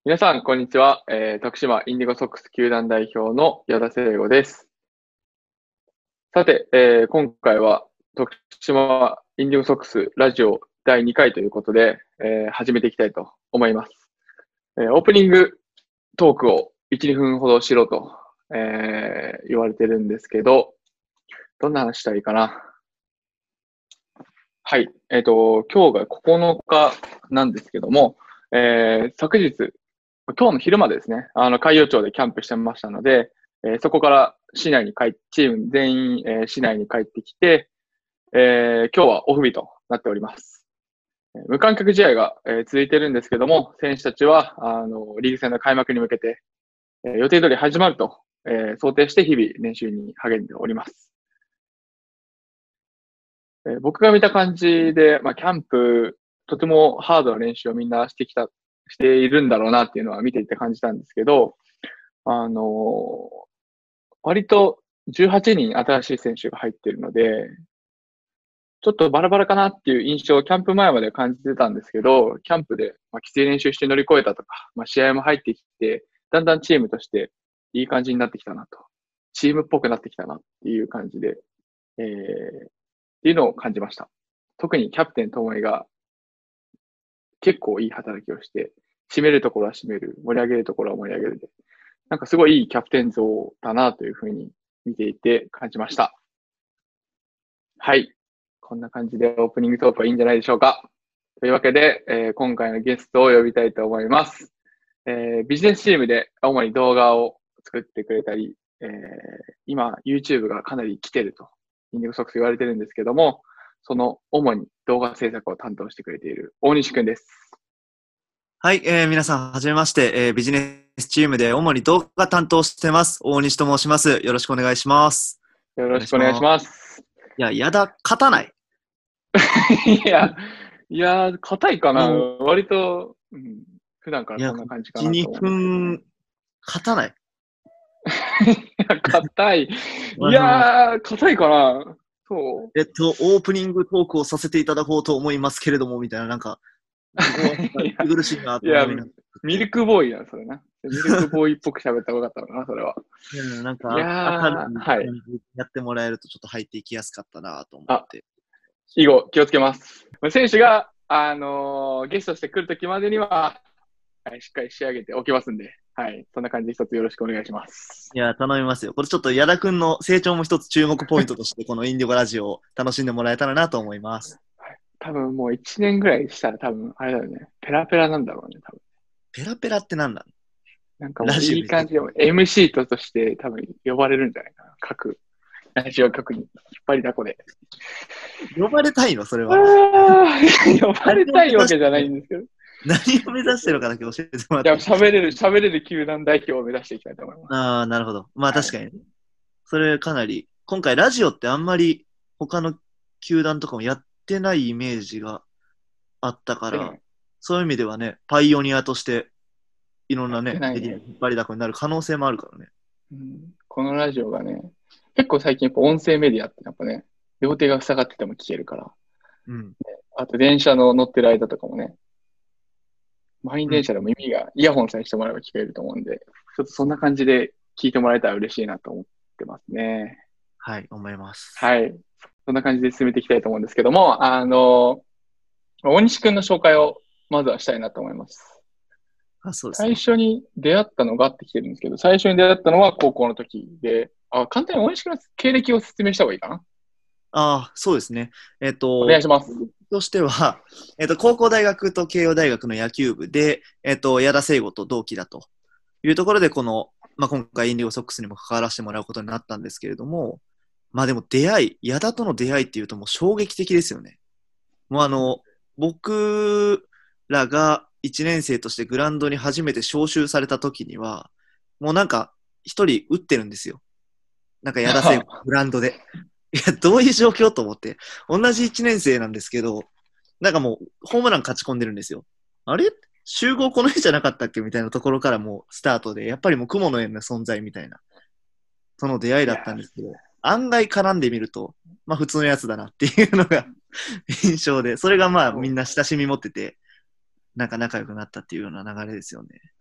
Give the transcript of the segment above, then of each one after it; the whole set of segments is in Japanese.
皆さん、こんにちは。徳島インディゴソックス球団代表の矢田聖吾です。さて、今回は徳島インディゴソックスラジオ第2回ということで、始めていきたいと思います。オープニングトークを1、2分ほどしろと、言われてるんですけど、どんな話したらいいかな。はい。今日が9日なんですけども、昨日、今日の昼までですね、海陽町でキャンプしてましたので、そこからチーム全員、市内に帰ってきて、今日はオフ日となっております。無観客試合が、続いてるんですけども、選手たちは、リーグ戦の開幕に向けて、予定通り始まると、想定して日々練習に励んでおります。僕が見た感じで、キャンプ、とてもハードな練習をみんなしているんだろうなっていうのは見ていて感じたんですけど、あの、割と18人新しい選手が入っているので、ちょっとバラバラかなっていう印象をキャンプ前まで感じてたんですけど、キャンプで、きつい練習して乗り越えたとか、試合も入ってきて、だんだんチームとしていい感じになってきたなと。チームっぽくなってきたなっていう感じで、っていうのを感じました。特にキャプテンともえが結構いい働きをして、締めるところは締める、盛り上げるところは盛り上げるで、なんかすごいいいキャプテン像だなというふうに見ていて感じました。はい。こんな感じでオープニングトークはいいんじゃないでしょうか。というわけで、今回のゲストを呼びたいと思います。ビジネスチームで主に動画を作ってくれたり、今 YouTube がかなり来てると、インディゴソックス言われてるんですけども、その主に動画制作を担当してくれている大西くんです。 はい、皆さん、はじめまして、ビジネスチームで主に動画担当してます。大西と申します。よろしくお願いします。 よろしくお願いしお願いします。 ます。 いや、やだ、勝たない。 いや、硬いかな。 も割と、普段かう、いや、 らそんな感じか 1、 なと思うんですけど 2 も。 分、勝たない。 硬い。 あの、 硬いかな。そオープニングトークをさせていただこうと思いますけれども、みたいな、そこはう。 息苦しいないや、 と思いながら。 ミルクボーイや、それな。ミルクボーイっぽく喋った方がよかったのかな、それは。 いや、 い明るいはい。 感じでやってもらえるとちょっと入っていきやすかったなと思っあ、 て。 以後気をつけます。選手が、ゲストしてくるときまでには、はい、しっかり仕上げておきますんで、はい。そんな感じで一つよろしくお願いします。 いや、頼みますよ。これちょっと矢田くんの成長も一つ注目ポイントとして、このインディゴラジオを楽しんでもらえたらなと思います。 多分もう1年ぐらいしたら多分、あれだよね。ペラペラなんだろうね、多分。 ペラペラって何なの？ なんかもうラジオで。 いい感じで、MC として多分呼ばれるんじゃないかな。ラジオ局に引っ張りだこで。 呼ばれたいのそれは。 呼ばれたいわけじゃないんですけど。い何を目指してるのかだけ教えてもらっや、 ていい？ 喋れる球団代表を目指していきたいと思います。 ああ、なるほど。まあはい。 確かにね。それかなり、今回ラジオってあんまり他の球団とかもやってないイメージがあったから、 でね、 そういう意味ではね、パイオニアとしていろんやってなね、 ないね。 エリアに引っ張りだこになる可能性もあるからね。 このラジオがね、結構最近やっぱ音声メディアってやっぱね、両手が塞がってても聞けるから。 うん。 あと電車の乗ってる間とかもね、満員うん。 電車でもイヤホンさえしてもらえば聞けると思うんで、ちょっとそんな感じで聞いてもらえたら嬉しいなと思ってますね。 はい、思います。 はい。そんな感じで進めていきたいと思うんですけども、大西くんの紹介をまずはしたいなと思います。 あ、そうです最ね。 初に出会ったのがってきてるんですけど、最初に出会ったのは高校の時で、簡単に大西くんの経歴を説明した方がいいかな。 ああ、そうですね。 お願いします。 としては、高校大学と慶応大学の野球部で、矢田聖吾と同期だというところで、今回インディゴソックスにも関わらせてもらうことになったんですけれども、まあでも矢田との出会いっていうともう衝撃的ですよね。もう僕らが1年生としてグラウンドに初めて招集された時には、もう一人打ってるんですよ。矢田聖吾、グラウンドで。いや、どういう状況と思って。同じ1年生なんですけど、もう、ホームラン勝ち込んでるんですよ。あれ集合この日じゃなかったっけみたいなところからもうスタートで、やっぱりもう雲のような存在みたいな、その出会いだったんいや、 ですけど、案外絡んでみると、まあ普通のやつだなっていうのが印象で、それがまあみんな親しみ持ってて、仲良くなったっていうような流れですよね。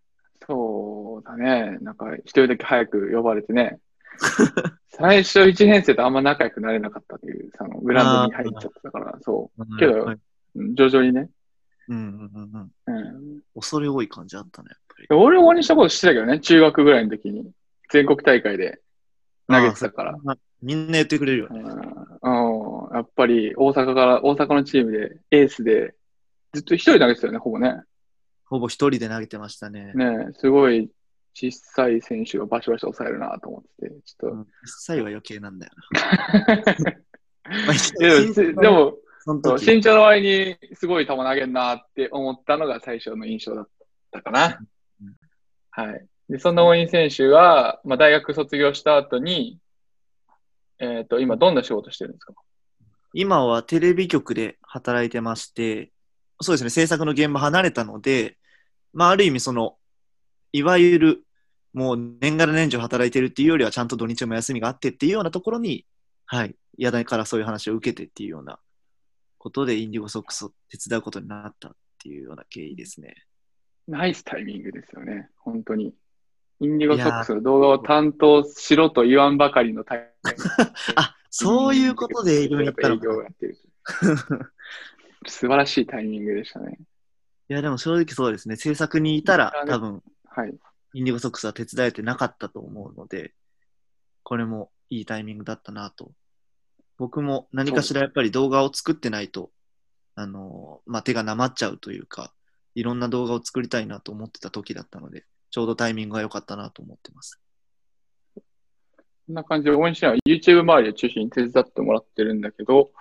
そうだね。なんか、一人だけ早く呼ばれてね。最初1年生とあんま仲良くなれなかったという、グラウンドあに入っちゃってたから、そう。けど、 はい。 徐々にね。 うんうんうんうん。 うん。 恐れ多い感じあったね、やっぱり。 俺も応援したことしてたけどね、中学ぐらいの時に。全国大会で投げああ、 てたから。 みんな言ってくれるよね。 やっぱり大阪のチームでエースで、ずっと一人投げてたよね、ほぼね。 ほぼ一人で投げてましたね。 ね、すごい小さい選手がバシバシ抑えるなと思ってて、ちょっと。 実際は余計なんだよな。 でも、 その時。 身長の割にすごい球投げんなって思ったのが最初の印象だったかな。はい。で、そんな大西選手は、まあ、大学卒業した後に、今どんな仕事してるんですか？ 今はテレビ局で働いてまして、そうですね、制作の現場離れたので、まあ、ある意味いわゆる、もう年がら年中働いてるっていうよりは、ちゃんと土日も休みがあってっていうようなところに、はい、矢田からそういう話を受けてっていうようなことで、インディゴソックスを手伝うことになったっていうような経緯ですね。 ナイスタイミングですよね。本当に。インディゴソックいやスの動画を担当しろと言わんばかりのタイミング。 あ、そういうことで営業に行ったの営かな。 業をやってる。素晴らしいタイミングでしたね。 いや、でも正直そうですね。制作にいたら多分、 はい。 インディゴソックスは手伝えてなかったと思うので、これもいいタイミングだったなと。僕も何かしらやっぱり動画を作ってないと、まあ、手がなまっちゃうというか、いろんな動画を作りたいなと思ってた時だったので、ちょうどタイミングが良かったなと思ってます。 こんな感じで応援しない YouTube 周りを中心に手伝ってもらってるんだけど、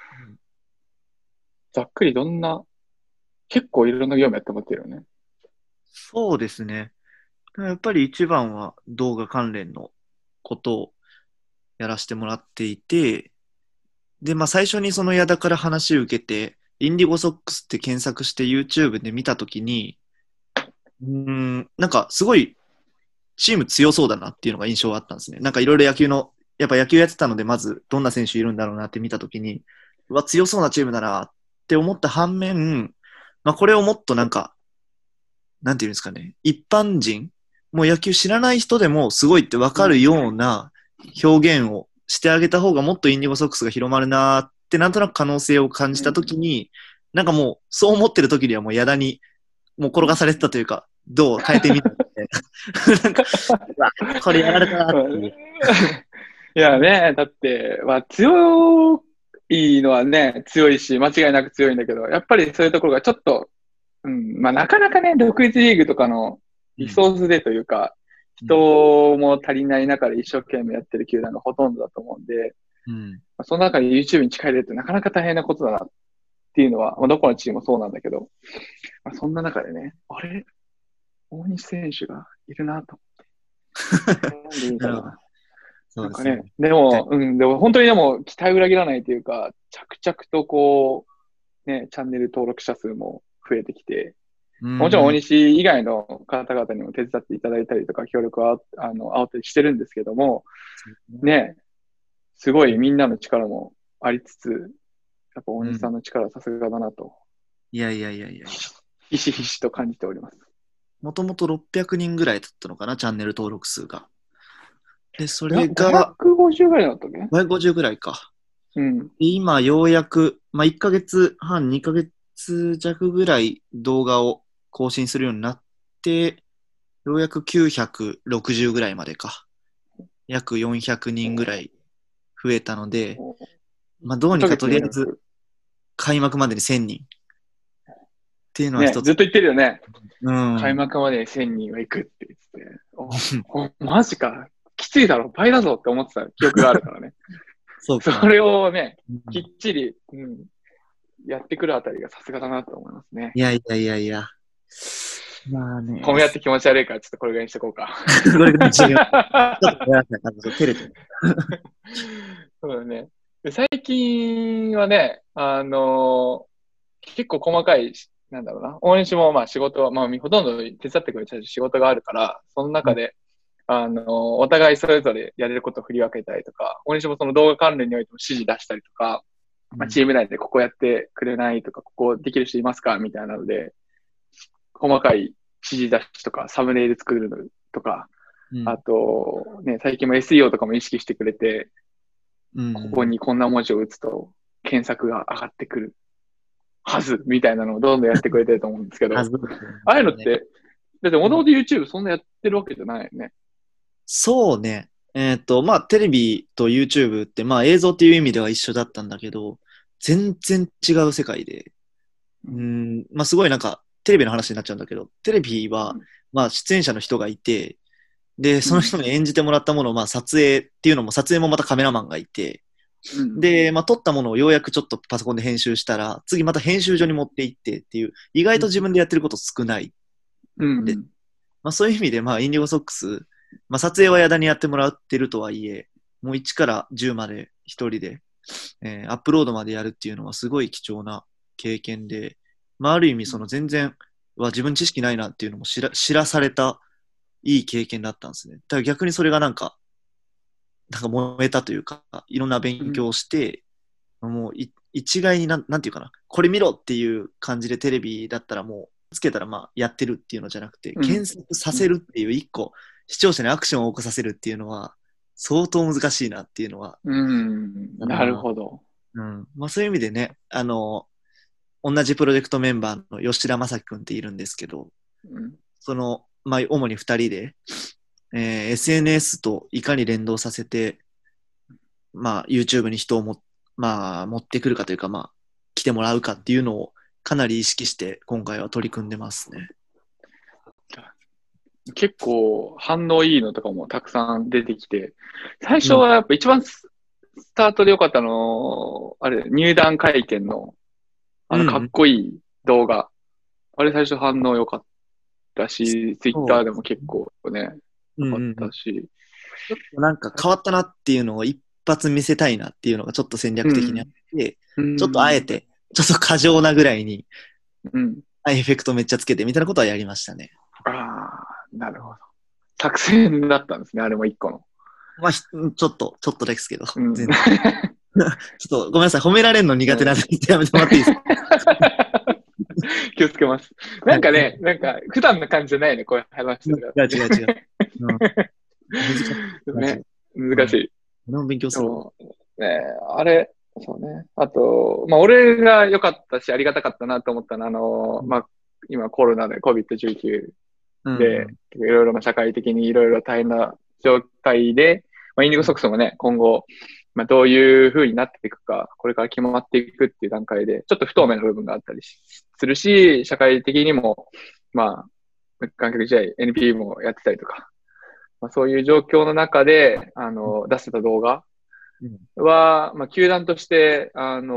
ざっくり結構いろんな業務やってもらってるよね。 そうですね。やっぱり一番は動画関連のことをやらせてもらっていて、で、まあ最初にその矢田から話を受けて、インディゴソックスって検索して YouTube で見たときに、なんかすごいチーム強そうだなっていうのが印象があったんですね。なんかいろいろやっぱ野球やってたので、まずどんな選手いるんだろうなって見たときに、うわ、強そうなチームだなって思った反面、まあこれをもっとなんか、なんていうんですかね、一般人、もう野球知らない人でもすごいってわかるような表現をしてあげた方がもっとインディゴソックスが広まるなってなんとなく可能性を感じたときに、なんかもうそう思ってるときにはもう矢田にもう転がされてたというか、どう変えてみたって。なんか、うわこれやられたなっていう。 いやね、だって、まあ強いのはね、強いし、間違いなく強いんだけど、やっぱりそういうところがちょっと、まあなかなかね、独立リーグとかのリソースでというか、人も足りない中で一生懸命やってる球団がほとんどだと思うんで、その中で YouTube に近いれるってなかなか大変なことだなっていうのは、まあ、どこのチームもそうなんだけど、まあ、そんな中でね、あれ大西選手がいるなと思って。なんでいいかな。なんかね、でも本当にでも期待裏切らないというか、着々とこう、ね、チャンネル登録者数も増えてきて、もちろん大西以外の方々にも手伝っていただいたりとか、協力は、煽ったりしてるんですけども、ね、すごいみんなの力もありつつ、やっぱ大西さんの力はさすがだなと。 いやいやいやいや。 ひしひしと感じております。 もともと600人ぐらいだったのかな、チャンネル登録数が。で、それが、 550ぐらいだったっけ 550ぐらいか。 うん。 で今、ようやく、まあ、1ヶ月半、2ヶ月弱ぐらい動画を更新するようになって、ようやく960ぐらいまでか。約400人ぐらい増えたので、まあ、どうにかとりあえず、開幕までに1000人。っていうのは一つ。 ね、ずっと言ってるよね。 うん。 開幕まで1000人は行くって言って。マジか。きついだろ、倍だぞって思ってた記憶があるからね。 そうか。 それをね、きっちり、やってくるあたりがさすがだなと思いますね。 いやいやいやいや。まあね。 褒め合って気持ち悪いから、ちょっとこれぐらいにしとこうか。 これが違う。ちょっとごめんなさい。照れてる。 そうだね。で最近はね、結構細かい、なんだろうな。大西もまあ仕事は、まあほとんど手伝ってくれてる仕事があるから、その中で、お互いそれぞれやれることを振り分けたりとか、大西もその動画関連においても指示出したりとか、まあ、チーム内でここやってくれないとか、ここできる人いますかみたいなので、細かい指示出しとか、サムネイル作るのとか、 うん。 あと、ね、最近も SEO とかも意識してくれて、 うん。 ここにこんな文字を打つと検索が上がってくるはずみたいなのをどんどんやってくれてると思うんですけど、 はず。 ああいうのね。 って、だってもうん。 ともと YouTube そんなやってるわけじゃないよね。 そうね。まあ、テレビと YouTube って、まあ、映像っていう意味では一緒だったんだけど、全然違う世界で、 うん。 まあ、すごいなんか、テレビの話になっちゃうんだけど、テレビは、 うん。 まあ、出演者の人がいて、で、 うん。 その人に演じてもらったものを、まあ、撮影っていうのも、撮影もまたカメラマンがいて、 うん。 で、まあ、撮ったものをようやくちょっとパソコンで編集したら、次また編集所に持って行ってっていう、意外と自分でやってること少ないうん。 んで、まあ、そういう意味で、まあ、インディゴソックス、まあ、撮影は矢田にやってもらってるとはいえ、もう1から10まで一人で、アップロードまでやるっていうのはすごい貴重な経験で、まあ、ある意味、その全然は自分知識ないなっていうのも知らされたいい経験だったんですね。だから逆にそれがなんか燃えたというか、いろんな勉うん。 強をして、もう一概になんていうかな、これ見ろっていう感じでテレビだったらもう、つけたらまあやってるっていうのじゃなくて、 うん。 検索さうん。 せるっていう一個、視聴者にアクションを起こさせるっていうのは、相当難しいなっていうのは、 うん。なるだな。 ほど。 うん。まあそういう意味でね、同じプロジェクトメンバーの吉田正樹君っているんですけど、 うん。 まあ主に二人で、SNS といかに連動させて、まあ、YouTube に人をまあ、持ってくるかというか、まあ、来てもらうかっていうのをかなり意識して今回は取り組んでますね。 結構反応いいのとかもたくさん出てきて、最初うん。 はやっぱ一番スタートで良かったの、あれ、入団会見の、かっうん。 こいい動画。あれ最初反応良かったし、ツイッターでもそうですね。 結構ね、良かっうんうんうん。 たし。 ちょっとなんか変わったなっていうのを一発見せたいなっていうのがちょっと戦略的にあっうん。 て、 うちょっとあえん。 て、ちょっと過剰なぐらいにうん。 エフェクトめっちゃつけてみたいなことはやりましたね。 ああ、なるほど。作戦だったんですね、あれも一個の。 まあ、ちょっとですけど、 うん。 全然。ちょっとごめんなさい、褒められるの苦手うん。 なんでやめてもらっていいですか？ 気をつけます。なんかね、なんか普段の感じじゃないね、こういう話してるから。 違う違う違う。うん、難しい。マジね、 で。うん。 難しい。 俺も勉強するわ。 そうね、あれ、そうね。あと、まあ、俺が良かったし、ありがたかったなと思ったのは、まあ、今コロナで COVID-19 で、 うんうん。 いろいろ社会的にいろいろ大変な状態で、まあ、インディゴソックスもね、今後、まあ、どういう風になっていくか、これから決まっていくっていう段階で、ちょっと不透明な部分があったりするし、社会的にも、まあ、無観客試合、NPB もやってたりとか、まあ、そういう状況の中で、出せた動画うん。 は、まあ、球団として、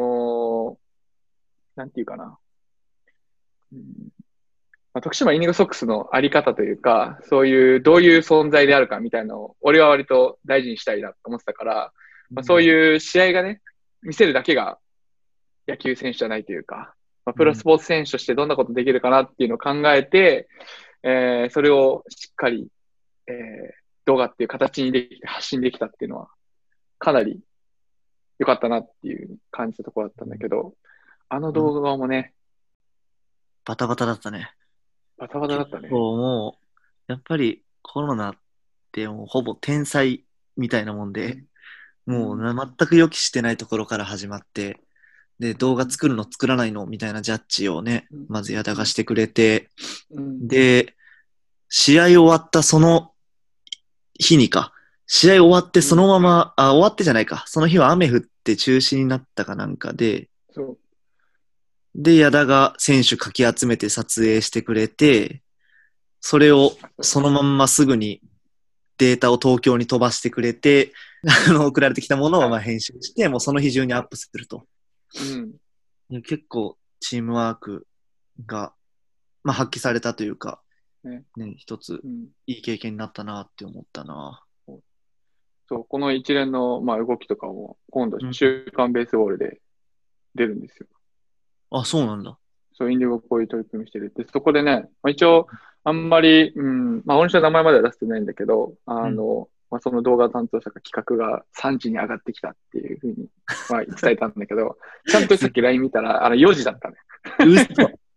なんていうかな。うんまあ、徳島イニングソックスのあり方というか、そういう、どういう存在であるかみたいなのを、俺は割と大事にしたいなと思ってたから、まあ、そういう試合がね、見せるだけが野球選手じゃないというか、まあ、プロスポーツ選手としてどんなことできるかなっていうのを考えて、それをしっかり、えー動画っていう形にできて発信できたっていうのは、かなり良かったなっていう感じたところだったんだけど、あのうん。 動画もね、 バタバタだったね。 バタバタだ結ったね。 構もう、やっぱりコロナってもうほぼ天才みたいなもんで、 うん。うん。 もう全く予期してないところから始まって、で、動画うん。 作るの作らないのみたいなジャッジをね、 うん。 まず矢田うん。 がしてくれて、 うん。 で、試合終わったその日にか、試合終わってそのうん。 まま、終わってじゃないか、その日は雨降って中止になったかなんかで、 そう。 で、矢田が選手かき集めて撮影してくれて、それをそう。 そのまんますぐにデータを東京に飛ばしてくれて、送られてきたものをはい。 まあ編集して、もうその日中にアップすると。 うん。 結構チームワークが、まあ、発揮されたというか、 ね。 ね、一つうん。 いい経験になったなって思ったな。 そう、この一連の、まあ、動きとかも、今度、 うん。 週刊ベースボールで出るんですよ。 あ、そうなんだ。 そう、インディゴこういう取り組みしてる。で、そこでね、まあ、一応、あんまり、まあ、大西の名前までは出してないんだけど、 うん。 まあ、その動画担当者が企画が3時に上がってきたっていうふうに、まあ、伝えたんだけど、ちゃんとさっき LINE 見たら、4時だったね。 嘘。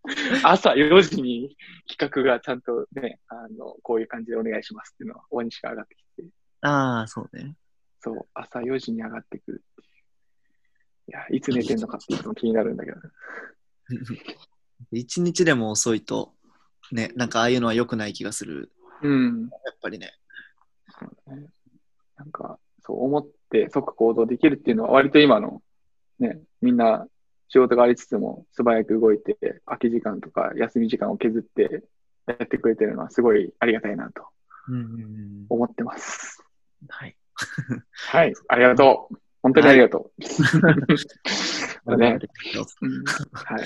朝4時に企画がちゃんとね、こういう感じでお願いしますっていうのは大西が上がってきて、 ああ、そうね。 そう、朝4時に上がってくるっていう。いや、いつ寝てんのかっていつも気になるんだけど。 一日でも遅いと、ね、なんかああいうのは良くない気がする。 うん。 やっぱりね。 そうね、なんか、そう思って即行動できるっていうのは割と今のね、みんな仕事がありつつも素早く動いて、空き時間とか休み時間を削ってやってくれてるのはすごいありがたいなとうんうんうん。 思ってます。 はい。 はい、ありがとう。本当にありがとう。ね、うん、はい。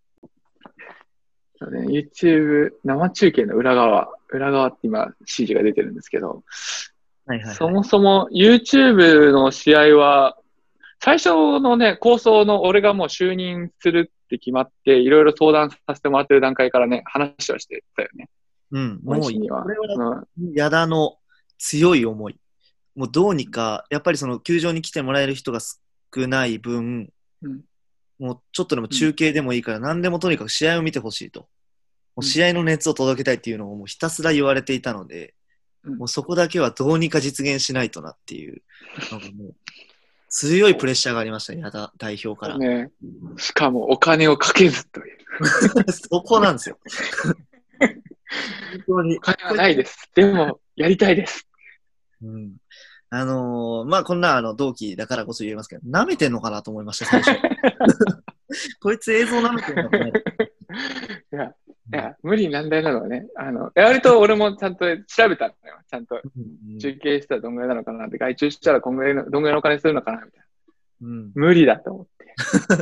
そうね、YouTube 生中継の裏側って今指示が出てるんですけど、そはいはいはい。 もそも YouTube の試合は最初のね、構想の俺がもう就任するって決まって、いろいろ相談させてもらってる段階からね、話はしてたよね。 うん、 大もう、 西には。 これは、 うん。 矢田の強い思い。もうどうにか、やっぱりその球場に来てもらえる人が少ない分、 うん。 もうちょっとでもうん。 中継でもいいから、何でもとにかく試合を見てほしいと。もううん。 試合の熱を届けたいっていうのをもうひたすら言われていたので、 うん。 もうそこだけはどうにか実現しないとなっていう、なんかもう強いプレッシャーがありましたね、矢田代表から。 ね。しかもお金をかけずという。 そこなんですよ。本当に。 お金はないです。でも、やりたいです。 うん。まあ、こんな同期だからこそ言えますけど、舐めてんのかなと思いました、最初。こいつ映像舐めてんのかな。 いや、いや、無理難題なのはね、割と俺もちゃんと調べたのよ。ちゃんと中継したらどんぐらいなのかなって、外注したらこんぐらいの、どんぐらいのお金するのかなみたいな。 うん。 無理だと思って。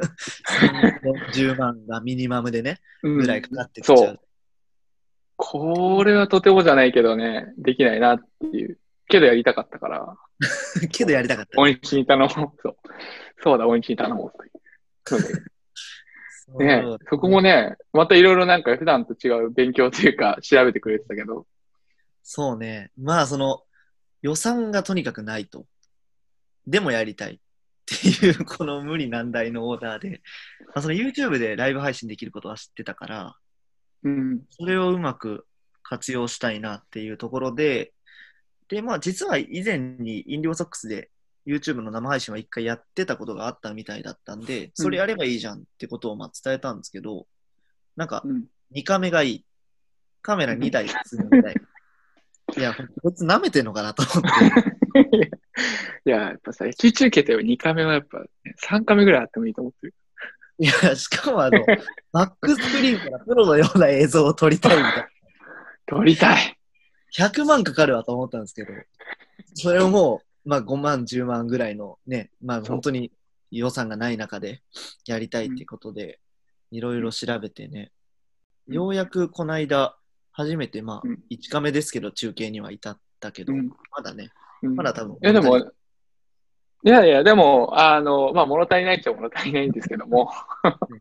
10万がミニマムでね、 うん。 ぐらいかかってきちゃう。 そう。これはとてもじゃないけどね、できないなっていう。けどやりたかったから、 けどやりたかったね。 大西に頼もう。そう。そうだ、大西に頼もうというので。ね、 そうそこもね、またいろいろなんか普段と違う勉強というか調べてくれてたけど。 そうね。まあ、予算がとにかくないと。でもやりたいっていう、この無理難題のオーダーで、まあ、YouTube でライブ配信できることは知ってたから、 うん。 それをうまく活用したいなっていうところで、で、まあ実は以前にインディオソックスで YouTube の生配信は一回やってたことがあったみたいだったんで、 うん。 それやればいいじゃんってことをまあ伝えたんですけど、なんかうん。 2カメがいい。カメラ2台積みたい。いや、こいつ舐めてんのかなと思って。 いや、やっぱさ、野球中継といえば2カメはやっぱ、ね、3カメぐらいあってもいいと思ってる。 いや、しかもバックスクリーンからプロのような映像を撮りたいみたいな。 撮りたい。 100万かかるわと思ったんですけど、それをもう、まあ5万、10万ぐらいのね、まあ本そ当に予算がない中でやりたいう。 ってうん。 ことで、いろいろ調べてね、 うん。 ようやくこの間、初めてまあうん。 1カメですけど中継には至ったけど、 うん。 まだね、 うん。 まだ多分いや、でも、 物足り、 いやいや、でも、まあ、物足りないっちゃ物足りないんですけども、 ね。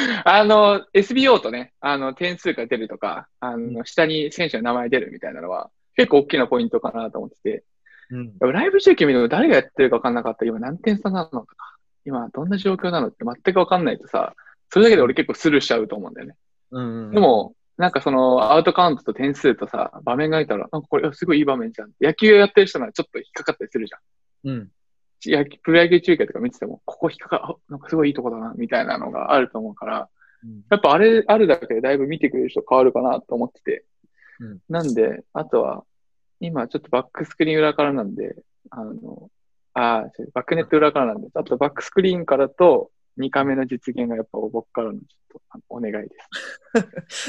SBO とね、点数が出るとか、 うん。 下に選手の名前出るみたいなのは、結構大きなポイントかなと思ってて、 うん。 ライブ中継見るの誰がやってるか分かんなかった。今何点差なのとか、今どんな状況なのって全く分かんないとさ、それだけで俺結構スルーしちゃうと思うんだよね。 うん。うん。 でも、なんかそのアウトカウントと点数とさ、場面がいたら、なんかこれすごいいい場面じゃん。野球やってる人ならちょっと引っかかったりするじゃん。 うん。 プロ野球中継とか見てても、ここ引っかか、なんかすごいいいとこだな、みたいなのがあると思うから、 うん。 やっぱあれあるだけでだいぶ見てくれる人変わるかなと思ってて。 うん。 なんで、あとは、今ちょっとバックスクリーン裏からなんで、あの、バックネット裏からなんで、あとバックスクリーンからと2カメの実現がやっぱ僕からのちょっとお願いです。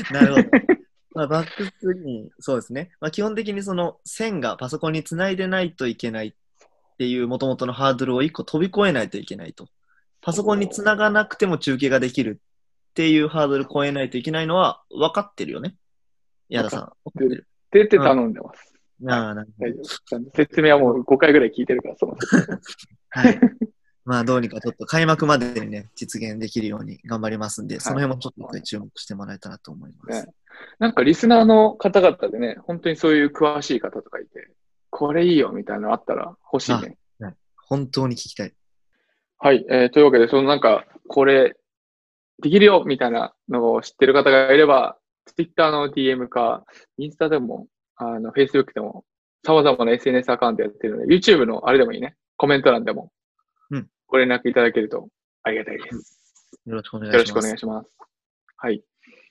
なるほど。まあ、バックスクリーン、そうですね。まあ、基本的にその線がパソコンにつないでないといけないっていう元々のハードルを1個飛び越えないといけないと。パソコンにつながなくても中継ができるっていうハードル超えないといけないのは分かってるよね。矢分かっ田さん。分かてるってる。 って言ってうん。 頼んでます。はい。 ああ、なるほど。 大丈夫。ちゃんと説明はもう5回ぐらい聞いてるから、その説明。 はい。まあ、どうにかちょっと開幕までにね、実現できるように頑張りますんで、そはい。 の辺もちょっと一回注目してもらえたらと思いまね。 す。 なんかリスナーの方々でね、本当にそういう詳しい方とかいて、これいいよみたいなのあったら欲しいあ、 ね。 はい。本当に聞きたい。 はい。というわけで、そのなんか、これできるよみたいなのを知ってる方がいれば、Twitter の DM か、インスタでも、Facebook でも、様々な SNS アカウントやってるので、YouTube のあれでもいいね。コメント欄でも、ご連絡いただけるとありがたいです。 よろしくお願いします。 よろしくお願いします。はい。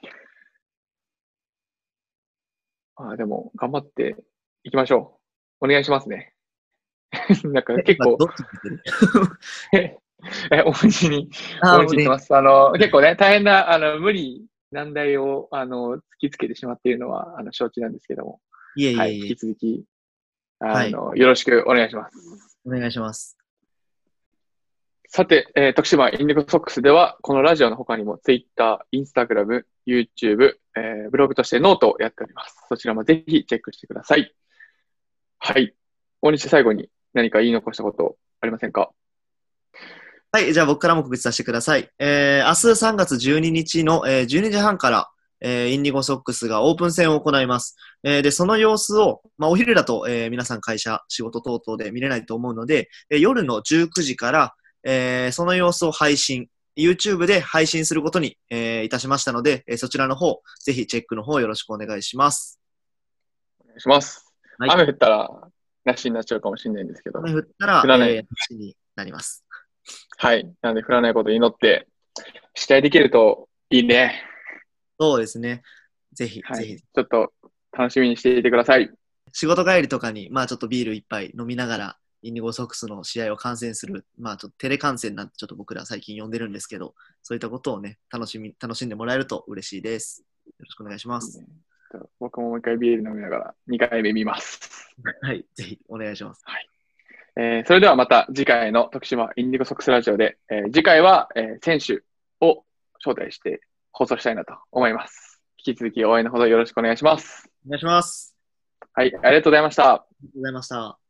でも、頑張っていきましょう。お願いしますね。なんか結構、 どっち見てるおうちに行ってます。結構ね、大変な、無理難題を、突きつけてしまっているのは、承知なんですけども。はい、引き続き、よろしくお願いします。 お願いします。 さて、徳島インディゴソックスでは、このラジオの他にも Twitter、Instagram、YouTube、ブログとしてノートをやっております。そちらもぜひチェックしてください。はい。大西、最後に何か言い残したことありませんか？ はい、じゃあ僕からも告知させてください。明日3月12日の、12時半から、インディゴソックスがオープン戦を行います。で、その様子を、お昼だと、皆さん会社、仕事等々で見れないと思うので、夜の19時から、その様子を配信、YouTube で配信することに、いたしましたので、そちらの方、ぜひチェックの方よろしくお願いします。 お願いします。はい、雨降ったら、なしになっちゃうかもしれないんですけど。 雨降ったら、なしになります。 はい。なので、降らないことを祈って、試合できるといいね。 そうですね。ぜひ、ぜひ。 ちょっと楽しみにしていてください。 仕事帰りとかに、ちょっとビール一杯飲みながら、インディゴソックスの試合を観戦する、ちょっとテレ観戦なんてちょっと僕ら最近呼んでるんですけど、そういったことをね、楽しんでもらえると嬉しいです。よろしくお願いします。 僕ももう一回ビール飲みながら2回目見ます。 はい、ぜひお願いします。 はい。それではまた次回の徳島インディゴソックスラジオで、次回は、選手を招待して放送したいなと思います。引き続き応援のほどよろしくお願いします。 お願いします。 はい、ありがとうございました。 ありがとうございました。